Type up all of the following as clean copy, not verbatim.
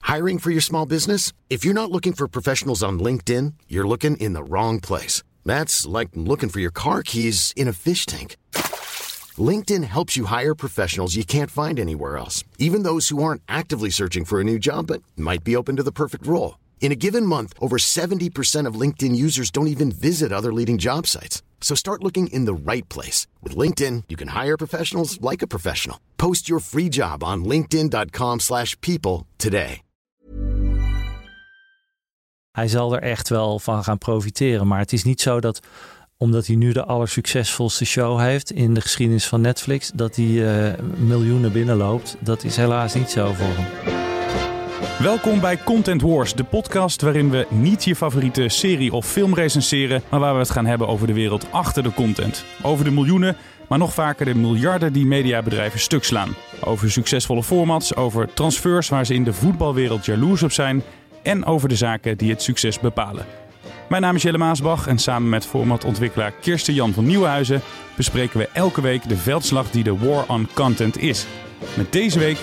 Hiring for your small business? If you're not looking for professionals on LinkedIn, you're looking in the wrong place. That's like looking for your car keys in a fish tank. LinkedIn helps you hire professionals you can't find anywhere else, even those who aren't actively searching for a new job but might be open to the perfect role. In a given month, over 70% of LinkedIn users don't even visit other leading job sites. So start looking in the right place. With LinkedIn, you can hire professionals like a professional. Post your free job on linkedin.com/people today. Hij zal er echt wel van gaan profiteren. Maar het is niet zo dat, omdat hij nu de allersuccesvolste show heeft in de geschiedenis van Netflix, dat hij miljoenen binnenloopt. Dat is helaas niet zo voor hem. Welkom bij Content Wars, de podcast waarin we niet je favoriete serie of film recenseren, maar waar we het gaan hebben over de wereld achter de content. Over de miljoenen, maar nog vaker de miljarden die mediabedrijven stuk slaan. Over succesvolle formats, over transfers waar ze in de voetbalwereld jaloers op zijn en over de zaken die het succes bepalen. Mijn naam is Jelle Maasbach en samen met formatontwikkelaar Kirsten Jan van Nieuwenhuizen bespreken we elke week de veldslag die de war on content is. Met deze week: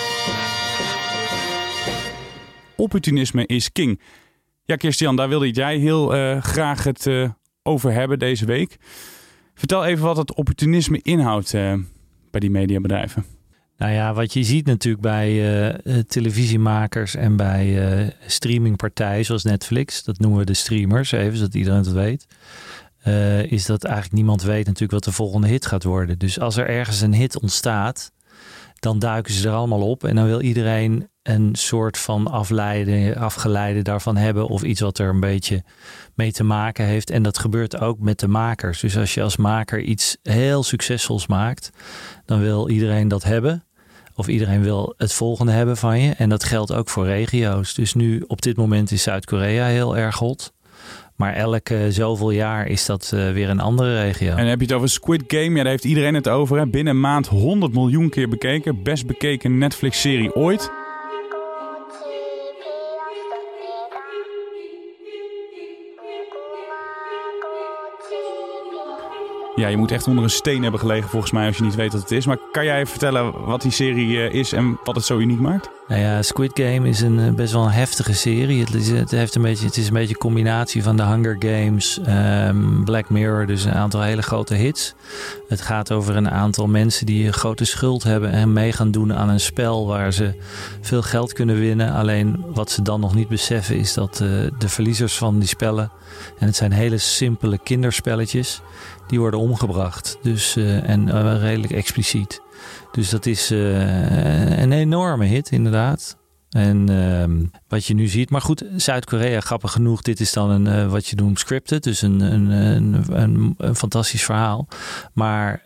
opportunisme is king. Ja, Kirsten, daar wilde jij heel graag het over hebben deze week. Vertel even wat het opportunisme inhoudt bij die mediabedrijven. Nou ja, wat je ziet natuurlijk bij televisiemakers en bij streamingpartijen zoals Netflix, dat noemen we de streamers even, zodat iedereen het weet, is dat eigenlijk niemand weet natuurlijk wat de volgende hit gaat worden. Dus als er ergens een hit ontstaat, dan duiken ze er allemaal op en dan wil iedereen een soort van afgeleide daarvan hebben of iets wat er een beetje mee te maken heeft. En dat gebeurt ook met de makers. Dus als je als maker iets heel succesvols maakt, dan wil iedereen dat hebben. Of iedereen wil het volgende hebben van je. En dat geldt ook voor regio's. Dus nu op dit moment is Zuid-Korea heel erg hot. Maar elke zoveel jaar is dat weer een andere regio. En heb je het over Squid Game? Ja, daar heeft iedereen het over. Hè? Binnen een maand 100 miljoen keer bekeken. Best bekeken Netflix-serie ooit. Ja, je moet echt onder een steen hebben gelegen volgens mij als je niet weet wat het is. Maar kan jij vertellen wat die serie is en wat het zo uniek maakt? Nou ja, Squid Game is een best wel een heftige serie. Het is een beetje een combinatie van de Hunger Games, Black Mirror, dus een aantal hele grote hits. Het gaat over een aantal mensen die een grote schuld hebben en mee gaan doen aan een spel waar ze veel geld kunnen winnen. Alleen wat ze dan nog niet beseffen is dat de verliezers van die spellen, en het zijn hele simpele kinderspelletjes, die worden omgebracht. Dus, en redelijk expliciet. Dus dat is een enorme hit inderdaad. En wat je nu ziet. Maar goed, Zuid-Korea, grappig genoeg. Dit is dan wat je noemt scripted. Dus een fantastisch verhaal. Maar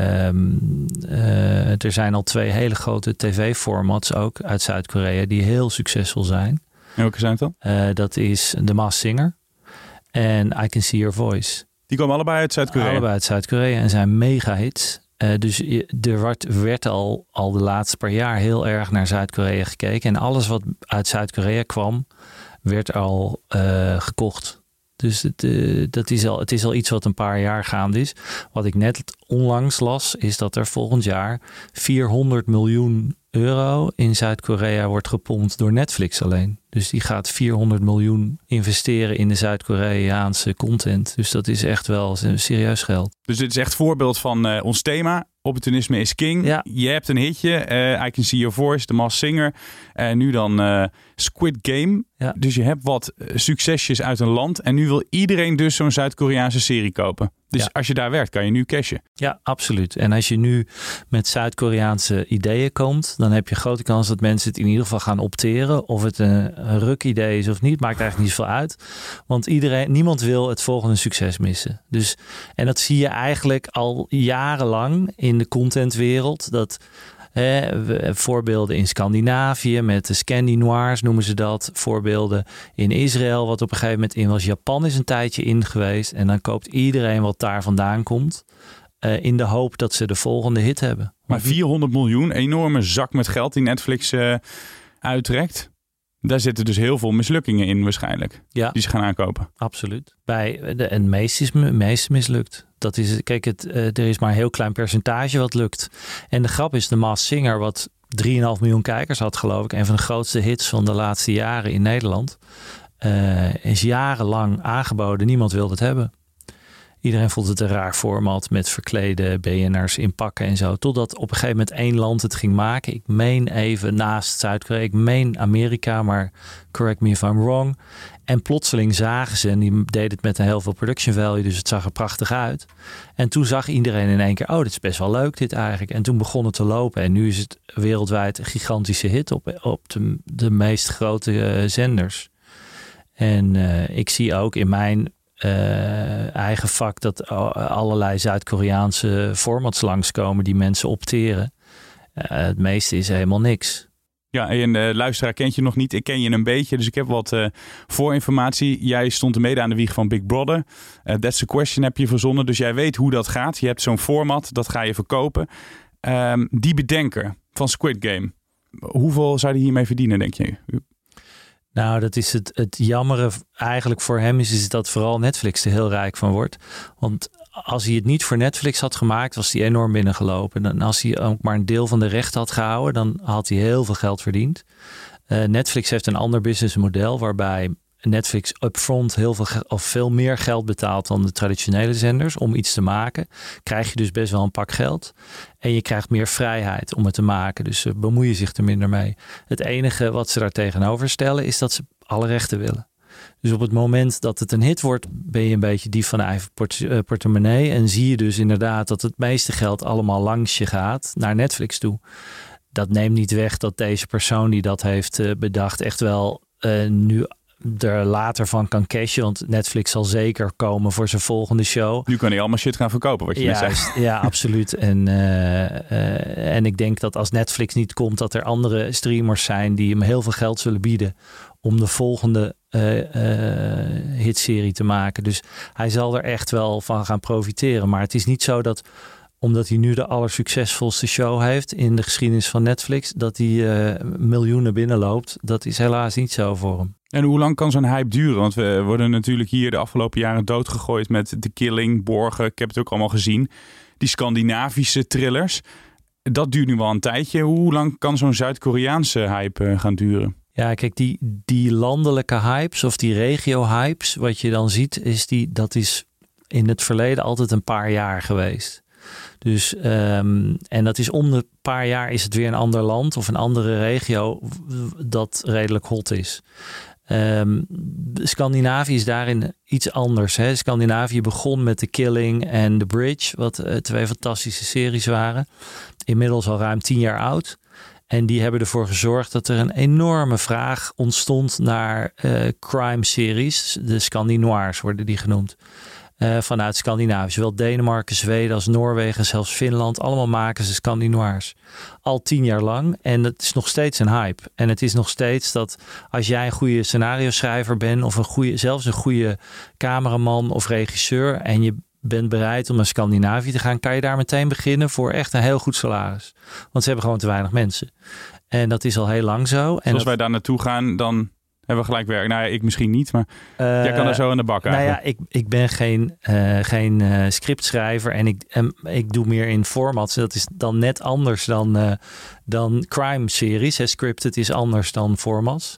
er zijn al 2 hele grote tv-formats ook uit Zuid-Korea die heel succesvol zijn. En welke zijn het dan? Dat is The Masked Singer en I Can See Your Voice. Die komen allebei uit Zuid-Korea? Allebei uit Zuid-Korea en zijn mega hits. Dus er werd al de laatste paar jaar heel erg naar Zuid-Korea gekeken. En alles wat uit Zuid-Korea kwam, werd al gekocht. Dus het is al iets wat een paar jaar gaande is. Wat ik net onlangs las, is dat er volgend jaar 400 miljoen euro in Zuid-Korea wordt gepompt door Netflix alleen. Dus die gaat 400 miljoen investeren in de Zuid-Koreaanse content. Dus dat is echt wel serieus geld. Dus dit is echt voorbeeld van ons thema. Opportunisme is king. Ja. Je hebt een hitje. I Can See Your Voice, The Masked Singer. En nu dan Squid Game. Ja. Dus je hebt wat succesjes uit een land. En nu wil iedereen dus zo'n Zuid-Koreaanse serie kopen. Dus als je daar werkt, kan je nu cashen. Ja, absoluut. En als je nu met Zuid-Koreaanse ideeën komt, dan heb je grote kans dat mensen het in ieder geval gaan opteren. Of het een ruk-idee is of niet, maakt eigenlijk niet zoveel uit. Want niemand wil het volgende succes missen. Dus, en dat zie je eigenlijk al jarenlang in de contentwereld. Dat voorbeelden in Scandinavië met de Scandinoirs noemen ze dat. Voorbeelden in Israël, wat op een gegeven moment in was. Japan is een tijdje in geweest. En dan koopt iedereen wat daar vandaan komt. In de hoop dat ze de volgende hit hebben. Maar 400 miljoen, enorme zak met geld die Netflix uittrekt. Daar zitten dus heel veel mislukkingen in waarschijnlijk. Ja, die ze gaan aankopen. Absoluut. Het meest mislukt. Dat is, kijk, er is maar een heel klein percentage wat lukt. En de grap is, de Masked Singer, wat 3,5 miljoen kijkers had, geloof ik. Een van de grootste hits van de laatste jaren in Nederland. Is jarenlang aangeboden. Niemand wilde het hebben. Iedereen vond het een raar format met verklede BN'ers in pakken en zo. Totdat op een gegeven moment 1 land het ging maken. Ik meen even naast Zuid-Korea. Ik meen Amerika, maar correct me if I'm wrong. En plotseling zagen ze, en die deden het met een heel veel production value. Dus het zag er prachtig uit. En toen zag iedereen in één keer, dit is best wel leuk dit eigenlijk. En toen begon het te lopen. En nu is het wereldwijd een gigantische hit op de meest grote zenders. En ik zie ook in mijn eigen vak dat allerlei Zuid-Koreaanse formats langskomen die mensen opteren. Het meeste is helemaal niks. Ja, en de luisteraar kent je nog niet. Ik ken je een beetje, dus ik heb wat voorinformatie. Jij stond er mede aan de wieg van Big Brother. That's the Question heb je verzonnen, dus jij weet hoe dat gaat. Je hebt zo'n format, dat ga je verkopen. Die bedenker van Squid Game, hoeveel zou hij hiermee verdienen, denk je? Nou, dat is het jammere eigenlijk voor hem is dat vooral Netflix er heel rijk van wordt. Want als hij het niet voor Netflix had gemaakt, was hij enorm binnengelopen. En als hij ook maar een deel van de rechten had gehouden, dan had hij heel veel geld verdiend. Netflix heeft een ander businessmodel waarbij Netflix upfront veel meer geld betaalt dan de traditionele zenders om iets te maken. Krijg je dus best wel een pak geld. En je krijgt meer vrijheid om het te maken. Dus ze bemoeien zich er minder mee. Het enige wat ze daar tegenover stellen is dat ze alle rechten willen. Dus op het moment dat het een hit wordt, ben je een beetje dief van de eigen portemonnee. En zie je dus inderdaad dat het meeste geld allemaal langs je gaat naar Netflix toe. Dat neemt niet weg dat deze persoon die dat heeft bedacht echt wel nu er later van kan cashen. Want Netflix zal zeker komen voor zijn volgende show. Nu kan hij allemaal shit gaan verkopen, wat je net zei. Ja, absoluut. En ik denk dat als Netflix niet komt, dat er andere streamers zijn die hem heel veel geld zullen bieden om de volgende hitserie te maken. Dus hij zal er echt wel van gaan profiteren. Maar het is niet zo dat omdat hij nu de allersuccesvolste show heeft in de geschiedenis van Netflix, dat hij miljoenen binnenloopt. Dat is helaas niet zo voor hem. En hoe lang kan zo'n hype duren? Want we worden natuurlijk hier de afgelopen jaren doodgegooid met The Killing, Borgen. Ik heb het ook allemaal gezien. Die Scandinavische thrillers. Dat duurt nu wel een tijdje. Hoe lang kan zo'n Zuid-Koreaanse hype gaan duren? Ja, kijk, die landelijke hypes of die regio-hypes, wat je dan ziet, dat is in het verleden altijd een paar jaar geweest. Dus, en dat is om de paar jaar is het weer een ander land of een andere regio dat redelijk hot is. Scandinavië is daarin iets anders. Hè? Scandinavië begon met The Killing en The Bridge, wat 2 fantastische series waren. Inmiddels al ruim 10 jaar oud. En die hebben ervoor gezorgd dat er een enorme vraag ontstond naar crime-series. De Scandinoirs worden die genoemd. Vanuit Scandinavië. Zowel Denemarken, Zweden als Noorwegen, zelfs Finland. Allemaal maken ze Scandinoirs. Al 10 jaar lang. En het is nog steeds een hype. En het is nog steeds dat als jij een goede scenario-schrijver bent of zelfs een goede cameraman of regisseur en je bent bereid om naar Scandinavië te gaan, kan je daar meteen beginnen voor echt een heel goed salaris. Want ze hebben gewoon te weinig mensen. En dat is al heel lang zo. En als wij daar naartoe gaan, dan hebben we gelijk werk. Nou ja, ik misschien niet, maar jij kan er zo in de bak eigenlijk. Nou ja, ik ben geen scriptschrijver en ik doe meer in formats. Dat is dan net anders dan crime-series. Scripted is anders dan formats.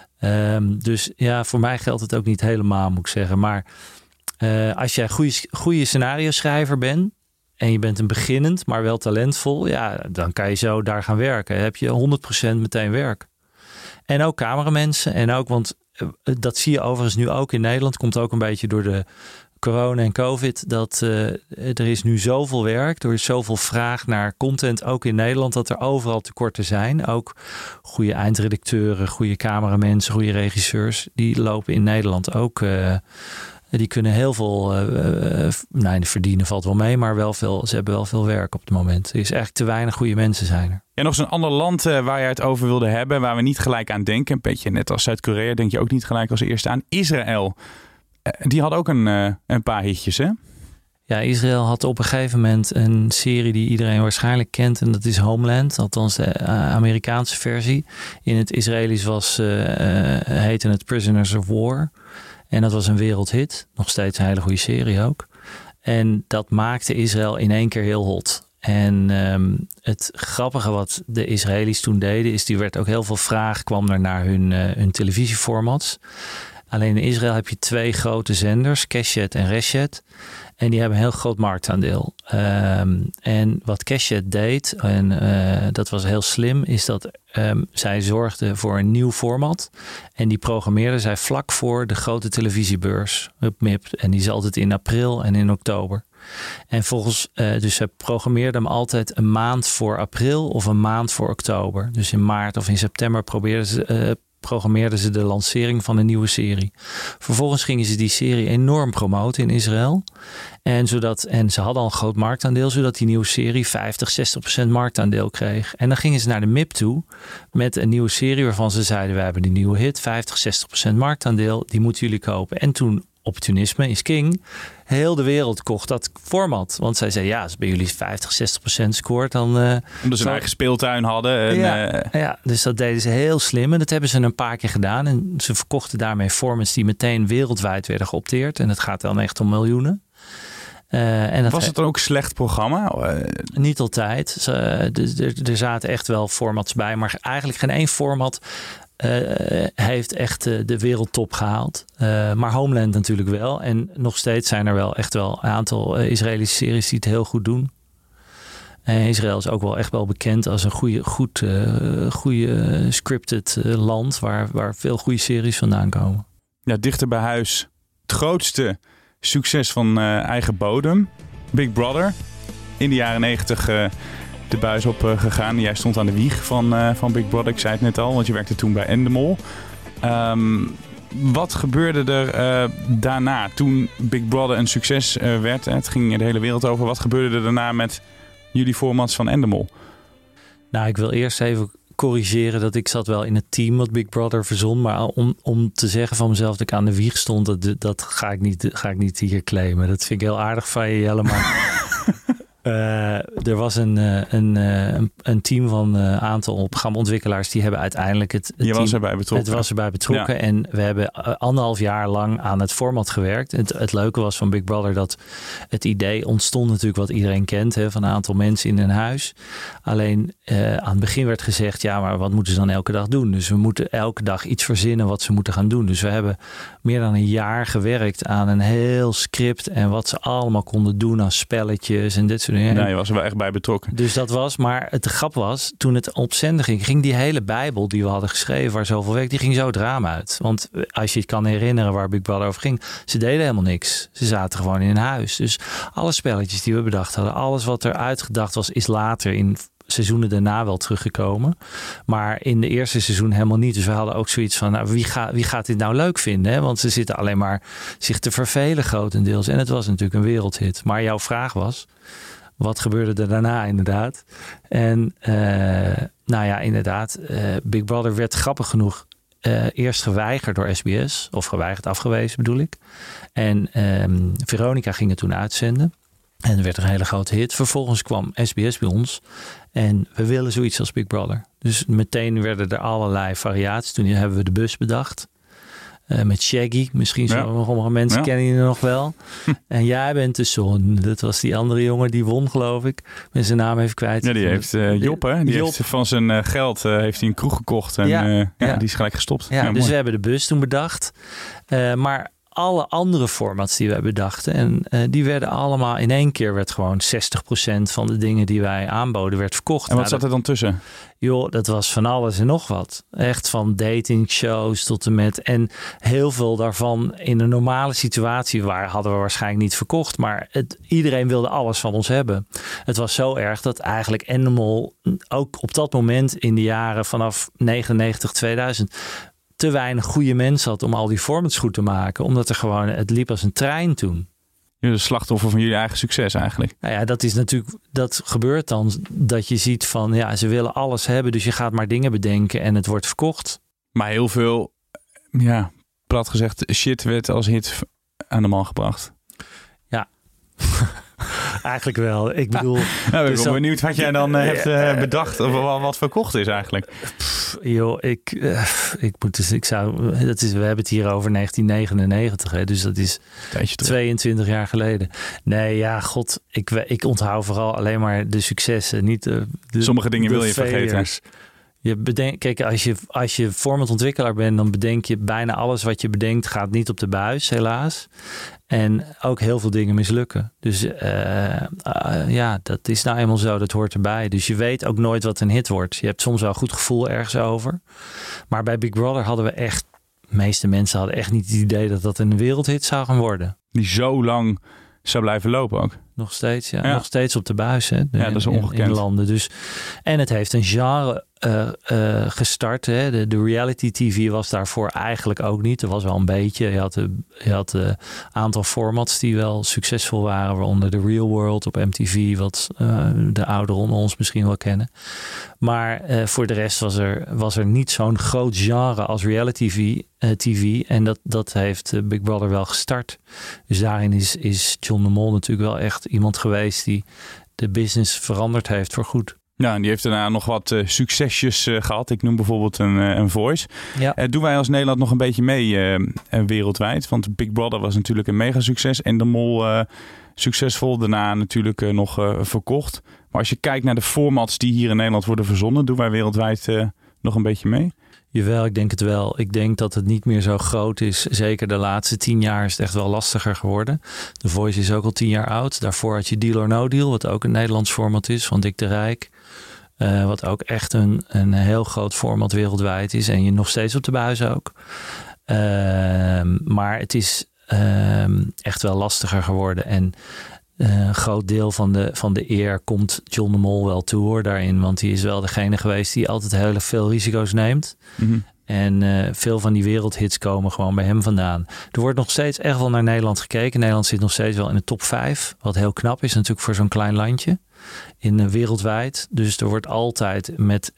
Dus ja, voor mij geldt het ook niet helemaal, moet ik zeggen. Maar als jij goede scenario-schrijver bent en je bent een beginnend, maar wel talentvol, ja, dan kan je zo daar gaan werken. Dan heb je 100% meteen werk. En ook cameramensen. En ook, want dat zie je overigens nu ook in Nederland. Komt ook een beetje door de corona en COVID. Dat er is nu zoveel werk. Er is zoveel vraag naar content. Ook in Nederland. Dat er overal tekorten zijn. Ook goede eindredacteuren. Goede cameramensen. Goede regisseurs. Die lopen in Nederland ook. Die kunnen heel veel verdienen valt wel mee. Maar wel veel, ze hebben wel veel werk op het moment. Er is eigenlijk te weinig goede mensen zijn er. En nog zo'n ander land waar je het over wilde hebben, waar we niet gelijk aan denken. Een beetje net als Zuid-Korea, denk je ook niet gelijk als eerste aan. Israël. Die had ook een paar hitjes, hè? Ja, Israël had op een gegeven moment een serie die iedereen waarschijnlijk kent. En dat is Homeland, althans de Amerikaanse versie. In het Israëlisch heette het Prisoners of War. En dat was een wereldhit. Nog steeds een hele goede serie ook. En dat maakte Israël in één keer heel hot. En het grappige wat de Israëli's toen deden, is die werd ook heel veel vraag kwam er naar hun televisieformats. Alleen in Israël heb je 2 grote zenders, Keshet en Reshet. En die hebben een heel groot marktaandeel. En wat Keshet deed, en dat was heel slim, is dat zij zorgden voor een nieuw format. En die programmeerden zij vlak voor de grote televisiebeurs, MIP. En die is altijd in april en in oktober. En dus ze programmeerden hem altijd een maand voor april of een maand voor oktober. Dus in maart of in september programmeerden ze de lancering van een nieuwe serie. Vervolgens gingen ze die serie enorm promoten in Israël. En ze hadden al een groot marktaandeel, zodat die nieuwe serie 50-60% marktaandeel kreeg. En dan gingen ze naar de MIP toe met een nieuwe serie waarvan ze zeiden, we hebben die nieuwe hit, 50-60% marktaandeel, die moeten jullie kopen. En toen, opportunisme is king, heel de wereld kocht dat format. Want zij zei, ja, als bij jullie 50-60% scoort, dan... Omdat ze een eigen speeltuin hadden. En, ja, dus dat deden ze heel slim. En dat hebben ze een paar keer gedaan. En ze verkochten daarmee formats die meteen wereldwijd werden geopteerd. En het gaat dan echt om miljoenen. Was het dan ook slecht programma? Niet altijd. Er zaten echt wel formats bij. Maar eigenlijk geen één format heeft echt de wereldtop gehaald. Maar Homeland natuurlijk wel. En nog steeds zijn er wel echt wel een aantal Israëlische series die het heel goed doen. Israël is ook wel echt wel bekend als een goede scripted land waar veel goede series vandaan komen. Ja, dichter bij huis. Het grootste succes van eigen bodem. Big Brother. In de jaren 90 de buis op gegaan. Jij stond aan de wieg van Big Brother. Ik zei het net al, want je werkte toen bij Endemol. Wat gebeurde er daarna? Toen Big Brother een succes werd. Het ging de hele wereld over. Wat gebeurde er daarna met jullie formats van Endemol? Nou, ik wil eerst even corrigeren dat ik zat wel in het team wat Big Brother verzon. Maar om te zeggen van mezelf dat ik aan de wieg stond, dat ga ik niet hier claimen. Dat vind ik heel aardig van je, Jelle. Maar er was een team van een aantal programmaontwikkelaars die hebben uiteindelijk het was erbij betrokken. Het was erbij betrokken. Ja. En we hebben 1,5 jaar lang aan het format gewerkt. Het leuke was van Big Brother dat het idee ontstond natuurlijk wat iedereen kent, van een aantal mensen in een huis. Alleen aan het begin werd gezegd, ja, maar wat moeten ze dan elke dag doen? Dus we moeten elke dag iets verzinnen wat ze moeten gaan doen. Dus we hebben meer dan een jaar gewerkt aan een heel script en wat ze allemaal konden doen aan spelletjes en dit soort dingen. Nee, je was er wel echt bij betrokken. Dus dat was, maar het grap was, toen het op zender ging die hele Bijbel die we hadden geschreven, waar zoveel werk, die ging zo het raam uit. Want als je het kan herinneren waar Big Brother over ging, ze deden helemaal niks. Ze zaten gewoon in een huis. Dus alle spelletjes die we bedacht hadden, alles wat er uitgedacht was, is later in seizoenen daarna wel teruggekomen. Maar in de eerste seizoen helemaal niet. Dus we hadden ook zoiets van, nou, wie gaat dit nou leuk vinden? Hè? Want ze zitten alleen maar zich te vervelen grotendeels. En het was natuurlijk een wereldhit. Maar jouw vraag was, wat gebeurde er daarna inderdaad? En nou ja, inderdaad, Big Brother werd grappig genoeg eerst geweigerd door SBS. Of geweigerd, afgewezen bedoel ik. En Veronica ging het toen uitzenden. En er werd een hele grote hit. Vervolgens kwam SBS bij ons. En we willen zoiets als Big Brother. Dus meteen werden er allerlei variaties. Toen hebben we de bus bedacht. Met Shaggy. Misschien sommige mensen kennen je nog wel. En jij bent de zon. Dat was die andere jongen die won, geloof ik. Met zijn naam even kwijt. Ja, die heeft Job, hè? Die heeft van zijn geld heeft hij een kroeg gekocht. En die is gelijk gestopt. Ja, dus mooi. We hebben de bus toen bedacht. Maar alle andere formats die wij bedachten. En die werden allemaal in één keer, werd gewoon 60% van de dingen die wij aanboden werd verkocht. En wat zat er dan tussen? Joh, dat was van alles en nog wat. Echt van datingshows tot en met. En heel veel daarvan in een normale situatie hadden we waarschijnlijk niet verkocht. Maar iedereen wilde alles van ons hebben. Het was zo erg dat eigenlijk Endemol ook op dat moment in de jaren vanaf 99, 2000... te weinig goede mensen had om al die formats goed te maken. Omdat het liep als een trein toen. Jullie de slachtoffer van jullie eigen succes eigenlijk. Nou ja, dat is natuurlijk, dat gebeurt dan. Dat je ziet van, ja, ze willen alles hebben. Dus je gaat maar dingen bedenken en het wordt verkocht. Maar heel veel, ja, plat gezegd, shit werd als hit aan de man gebracht. Ja. Eigenlijk wel. Ik bedoel... Nou, ik ben benieuwd wat jij dan hebt bedacht. Of wat verkocht is eigenlijk. We hebben het hier over 1999, hè, dus dat is 22 jaar geleden. Nee, ja, god, ik onthoud vooral alleen maar de successen, niet sommige dingen wil je failures. vergeten. Kijk, als je formatontwikkelaar bent, dan bedenk je bijna alles wat je bedenkt gaat niet op de buis, helaas. En ook heel veel dingen mislukken. Dus dat is nou eenmaal zo, dat hoort erbij. Dus je weet ook nooit wat een hit wordt. Je hebt soms wel een goed gevoel ergens over. Maar bij Big Brother hadden we echt, de meeste mensen hadden echt niet het idee dat dat een wereldhit zou gaan worden. Die zo lang zou blijven lopen ook. Nog steeds, ja. Nog steeds op de buis, hè. Dat is ongekend. In landen. Dus, en het heeft een genre gestart. Hè. De reality TV was daarvoor eigenlijk ook niet. Er was wel een beetje. Je had een aantal formats die wel succesvol waren. Waaronder The Real World op MTV. Wat de ouderen onder ons misschien wel kennen. Maar voor de rest was er niet zo'n groot genre als reality TV. En dat heeft Big Brother wel gestart. Dus daarin is John de Mol natuurlijk wel echt iemand geweest die de business veranderd heeft voor goed. Ja, en die heeft daarna nog wat succesjes gehad. Ik noem bijvoorbeeld een Voice. Ja. Doen wij als Nederland nog een beetje mee wereldwijd? Want Big Brother was natuurlijk een mega succes. En de Mol succesvol. Daarna natuurlijk nog verkocht. Maar als je kijkt naar de formats die hier in Nederland worden verzonnen, doen wij wereldwijd nog een beetje mee? Jawel, ik denk het wel. Ik denk dat het niet meer zo groot is. Zeker de laatste 10 jaar is het echt wel lastiger geworden. The Voice is ook al 10 jaar oud. Daarvoor had je Deal or No Deal, wat ook een Nederlands format is van Dick de Rijk. Wat ook echt een heel groot format wereldwijd is. En je nog steeds op de buis ook. Maar het is echt wel lastiger geworden. En een groot deel van de eer komt John de Mol wel toe hoor, daarin. Want hij is wel degene geweest die altijd heel veel risico's neemt. Mm-hmm. En veel van die wereldhits komen gewoon bij hem vandaan. Er wordt nog steeds echt wel naar Nederland gekeken. Nederland zit nog steeds wel in de top 5. Wat heel knap is natuurlijk voor zo'n klein landje. Wereldwijd. Dus er wordt altijd met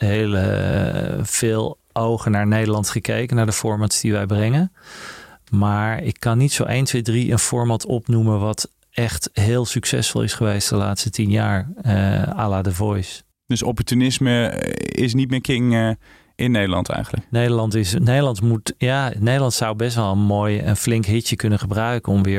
veel ogen naar Nederland gekeken. Naar de formats die wij brengen. Maar ik kan niet zo 1, 2, 3 een format opnoemen wat echt heel succesvol is geweest de laatste 10 jaar. À la The Voice. Dus opportunisme is niet meer king in Nederland eigenlijk? Nederland zou best wel een flink hitje kunnen gebruiken om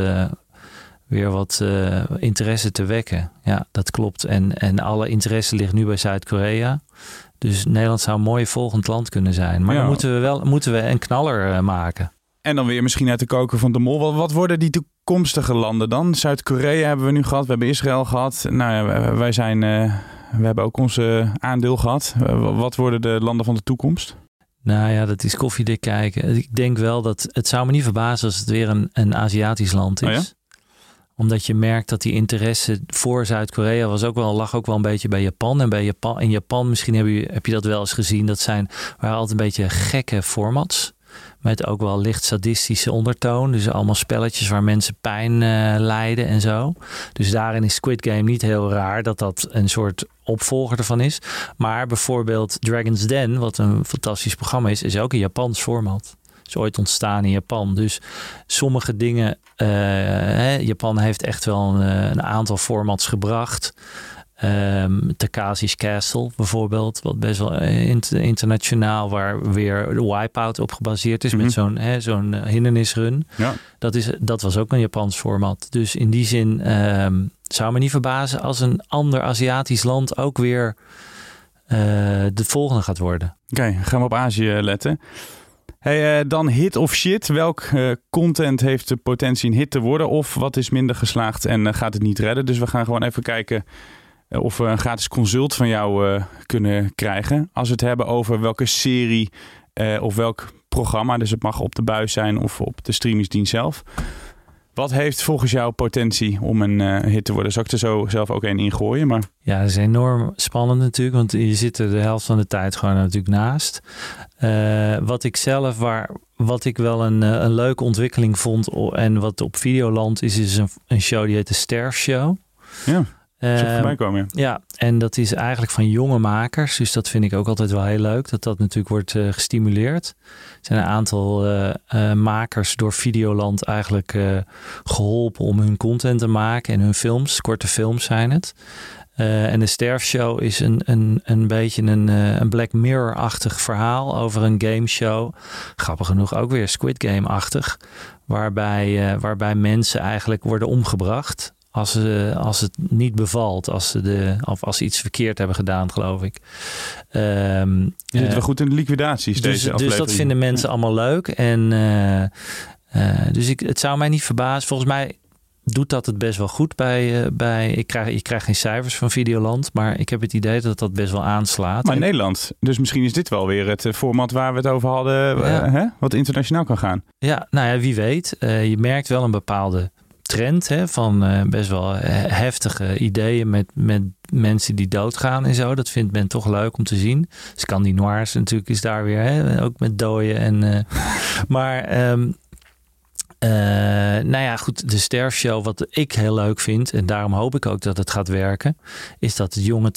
weer wat interesse te wekken. Ja, dat klopt. En alle interesse ligt nu bij Zuid-Korea. Dus Nederland zou een mooi volgend land kunnen zijn. Maar dan moeten we een knaller maken. En dan weer misschien uit de koker van de Mol. Wat worden die toekomstige landen dan? Zuid-Korea hebben we nu gehad. We hebben Israël gehad. Nou ja, we hebben ook onze aandeel gehad. Wat worden de landen van de toekomst? Nou ja, dat is koffiedik kijken. Ik denk wel dat het zou me niet verbazen als het weer een Aziatisch land is. Oh ja? Omdat je merkt dat die interesse voor Zuid-Korea lag ook wel een beetje bij Japan. En in Japan, misschien heb je dat wel eens gezien. Waren altijd een beetje gekke formats. Met ook wel licht sadistische ondertoon. Dus allemaal spelletjes waar mensen pijn lijden en zo. Dus daarin is Squid Game niet heel raar dat een soort opvolger ervan is. Maar bijvoorbeeld Dragon's Den, wat een fantastisch programma is ook een Japans format. Is ooit ontstaan in Japan. Dus sommige dingen... Japan heeft echt wel een aantal formats gebracht. Takashi's Castle bijvoorbeeld, wat best wel internationaal, waar weer de Wipeout op gebaseerd is, met zo'n hindernisrun. Ja. Dat was ook een Japans format. Dus in die zin zou me niet verbazen als een ander Aziatisch land ook weer de volgende gaat worden. Oké, gaan we op Azië letten. Hey, dan hit of shit. Welk content heeft de potentie een hit te worden? Of wat is minder geslaagd en gaat het niet redden? Dus we gaan gewoon even kijken of we een gratis consult van jou kunnen krijgen. Als we het hebben over welke serie of welk programma. Dus het mag op de buis zijn of op de streamingsdienst zelf. Wat heeft volgens jou potentie om een hit te worden? Zal ik er zo zelf ook een ingooien? Maar... Ja, dat is enorm spannend natuurlijk. Want je zit er de helft van de tijd gewoon natuurlijk naast. Wat ik wel een leuke ontwikkeling vond en wat op Videoland is een show die heet de Sterfshow. Ja. Dat is voorbij komen, ja, en dat is eigenlijk van jonge makers. Dus dat vind ik ook altijd wel heel leuk. Dat natuurlijk wordt gestimuleerd. Er zijn een aantal makers door Videoland eigenlijk geholpen om hun content te maken. En hun films, korte films zijn het. En de Sterfshow is een beetje een Black Mirror-achtig verhaal over een gameshow. Grappig genoeg ook weer Squid Game-achtig. Waarbij mensen eigenlijk worden omgebracht als het niet bevalt. Als ze iets verkeerd hebben gedaan, geloof ik. Je zit wel goed in de liquidaties deze aflevering. Dus dat vinden mensen allemaal leuk. En dus het zou mij niet verbazen. Volgens mij doet dat het best wel goed bij je krijgt geen cijfers van Videoland, maar ik heb het idee dat dat best wel aanslaat. Maar in Nederland, dus misschien is dit wel weer het format waar we het over hadden, wat internationaal kan gaan. Ja, nou ja, wie weet. Je merkt wel een bepaalde trend van best wel heftige ideeën met mensen die doodgaan en zo. Dat vindt men toch leuk om te zien. Scandinoirs natuurlijk is daar weer, ook met dooien en nou ja, goed, de Sterfshow, wat ik heel leuk vind, en daarom hoop ik ook dat het gaat werken, is dat jonge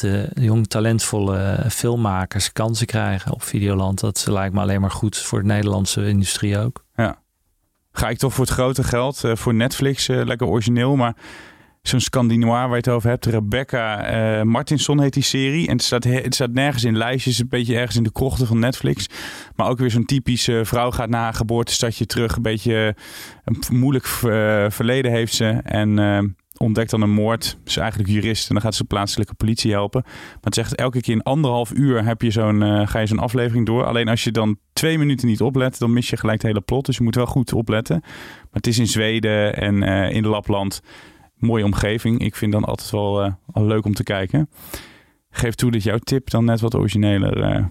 talentvolle filmmakers kansen krijgen op Videoland. Dat lijkt me alleen maar goed voor de Nederlandse industrie ook. Ja. Ga ik toch voor het grote geld, voor Netflix, lekker origineel, maar zo'n Scandinois waar je het over hebt, Rebecca Martinsson heet die serie. En het staat nergens in lijstjes, een beetje ergens in de krochten van Netflix. Maar ook weer zo'n typische vrouw gaat naar haar geboortestadje terug. Een beetje een moeilijk verleden heeft ze. En ontdekt dan een moord. Ze is eigenlijk jurist en dan gaat ze de plaatselijke politie helpen. Maar het zegt elke keer in 1,5 uur heb je ga je zo'n aflevering door. Alleen als je dan 2 minuten niet oplet, dan mis je gelijk het hele plot. Dus je moet wel goed opletten. Maar het is in Zweden en in Lapland. Mooie omgeving. Ik vind dan altijd wel leuk om te kijken. Geef toe dat jouw tip dan net wat origineler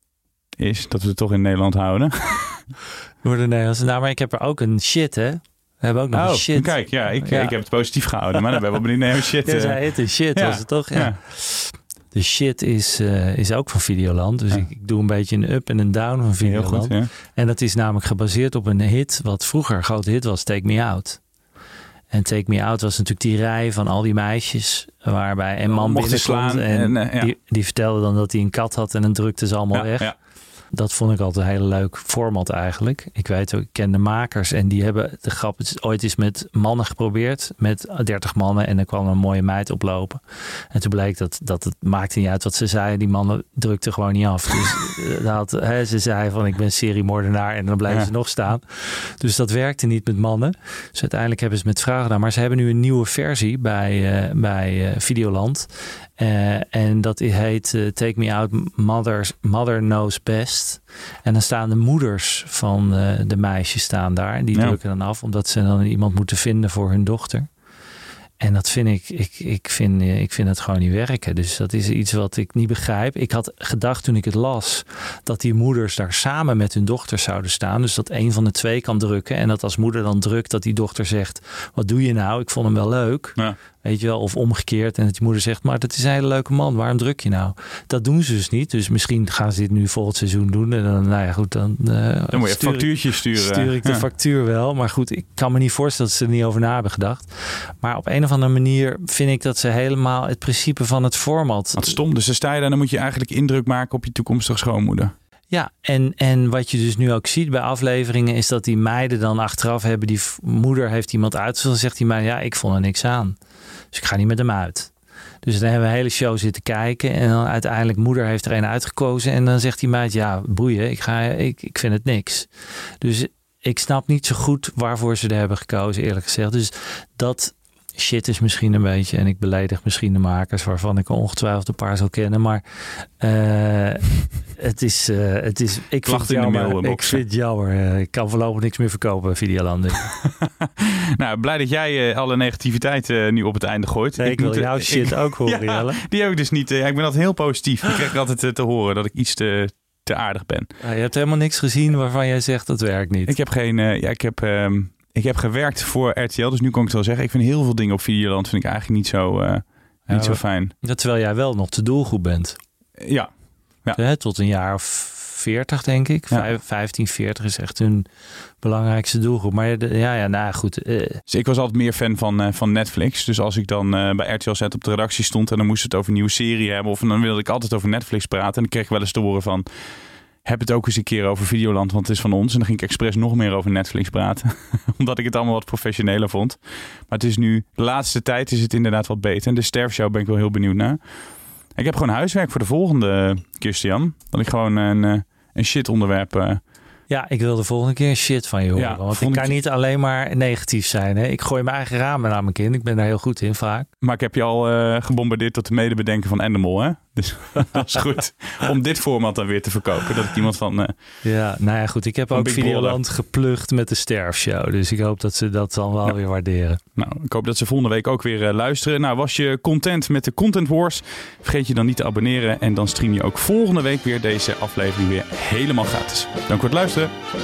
is. Dat we het toch in Nederland houden. Door de Nederlandse. Nou, maar ik heb er ook een shit, hè? We hebben ook nog een shit. Kijk, ik heb het positief gehouden. Maar dan ben ik wel benieuwd naar shit. Ja, zei het een shit, was het toch? Ja. De shit is ook van Videoland. Dus ik doe een beetje een up en een down van Videoland. Heel goed, ja. En dat is namelijk gebaseerd op een hit, wat vroeger een grote hit was, Take Me Out. En Take Me Out was natuurlijk die rij van al die meisjes waarbij een man binnenkomt en die vertelde dan dat hij een kat had en dan drukte ze allemaal weg. Ja. Dat vond ik altijd een hele leuk format eigenlijk. Ik weet ook, ik ken de makers en die hebben de grap ooit eens met mannen geprobeerd. Met 30 mannen en dan kwam een mooie meid oplopen. En toen bleek dat het maakte niet uit wat ze zeiden. Die mannen drukten gewoon niet af. Dus ze zei van ik ben seriemoordenaar en dan blijven ze nog staan. Dus dat werkte niet met mannen. Dus uiteindelijk hebben ze het met vrouwen gedaan. Maar ze hebben nu een nieuwe versie bij Videoland. En dat heet Take Me Out Mother Knows Best. En dan staan de moeders van de meisjes staan daar. En die drukken dan af, omdat ze dan iemand moeten vinden voor hun dochter. En dat vind ik vind het gewoon niet werken. Dus dat is iets wat ik niet begrijp. Ik had gedacht toen ik het las, dat die moeders daar samen met hun dochter zouden staan. Dus dat een van de twee kan drukken. En dat als moeder dan drukt, dat die dochter zegt, wat doe je nou? Ik vond hem wel leuk. Ja. Weet je wel, of omgekeerd. En dat die moeder zegt, maar dat is een hele leuke man. Waarom druk je nou? Dat doen ze dus niet. Dus misschien gaan ze dit nu volgend seizoen doen. En dan, nou ja, goed. Dan moet je factuurtjes sturen. Stuur ik de factuur wel. Maar goed, ik kan me niet voorstellen dat ze er niet over na hebben gedacht. Maar op een of andere manier vind ik dat ze helemaal het principe van het format. Wat stom. Dus dan sta je daar, dan moet je eigenlijk indruk maken op je toekomstige schoonmoeder. Ja, en wat je dus nu ook ziet bij afleveringen is dat die meiden dan achteraf hebben, die moeder heeft iemand uitgezocht en zegt die meid, ja, ik vond er niks aan. Dus ik ga niet met hem uit. Dus dan hebben we een hele show zitten kijken en dan uiteindelijk moeder heeft er een uitgekozen en dan zegt die meid, ja, boeien, ik vind het niks. Dus ik snap niet zo goed waarvoor ze er hebben gekozen, eerlijk gezegd. Dus dat shit is misschien een beetje, en ik beledig misschien de makers waarvan ik ongetwijfeld een paar zal kennen, maar het is ik vind het jammer. Ik kan voorlopig niks meer verkopen bij Videoland. Nou, blij dat jij alle negativiteit nu op het einde gooit. Nee, ik wil jouw shit ook horen, Jelle. Die heb ik dus niet. Ik ben altijd heel positief. Ik krijg altijd te horen dat ik iets te aardig ben. Je hebt helemaal niks gezien waarvan jij zegt dat werkt niet. Ik heb geen. Ik heb gewerkt voor RTL, dus nu kan ik het wel zeggen. Ik vind heel veel dingen op Videoland vind ik eigenlijk niet zo fijn. Terwijl jij wel nog de doelgroep bent. Ja. Tot een jaar of 40, denk ik. Ja. 15, 40 is echt hun belangrijkste doelgroep. Maar nou goed. Dus ik was altijd meer fan van Netflix. Dus als ik dan bij RTL Z op de redactie stond en dan moest het over een nieuwe serie hebben, of dan wilde ik altijd over Netflix praten. En dan kreeg ik wel eens te horen van, heb het ook eens een keer over Videoland, want het is van ons. En dan ging ik expres nog meer over Netflix praten. Omdat ik het allemaal wat professioneler vond. Maar het is nu, de laatste tijd is het inderdaad wat beter. En de sterfshow ben ik wel heel benieuwd naar. Ik heb gewoon huiswerk voor de volgende, Christian. Dat ik gewoon een shit onderwerp... Ja, ik wil de volgende keer een shit van je horen. Ja, want ik kan niet alleen maar negatief zijn. Hè? Ik gooi mijn eigen ramen naar mijn kind. Ik ben daar heel goed in vaak. Maar ik heb je al gebombardeerd tot de medebedenker van Endemol, hè? Dus dat is goed. Om dit format dan weer te verkopen. Dat ik iemand van... Ja, nou ja, goed. Ik heb ook Videoland geplucht met de sterfshow. Dus ik hoop dat ze dat dan wel weer waarderen. Nou, ik hoop dat ze volgende week ook weer luisteren. Nou, was je content met de Content Wars? Vergeet je dan niet te abonneren. En dan stream je ook volgende week weer deze aflevering weer helemaal gratis. Dank voor het luisteren.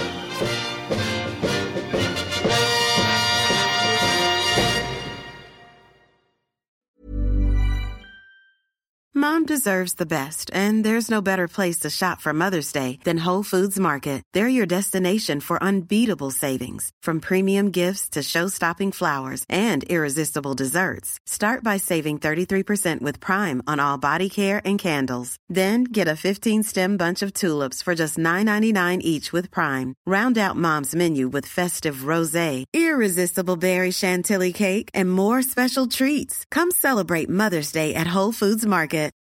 Mom deserves the best, and there's no better place to shop for Mother's Day than Whole Foods Market. They're your destination for unbeatable savings, from premium gifts to show-stopping flowers and irresistible desserts. Start by saving 33% with Prime on all body care and candles. Then get a 15-stem bunch of tulips for just $9.99 each with Prime. Round out Mom's menu with festive rosé, irresistible berry chantilly cake, and more special treats. Come celebrate Mother's Day at Whole Foods Market.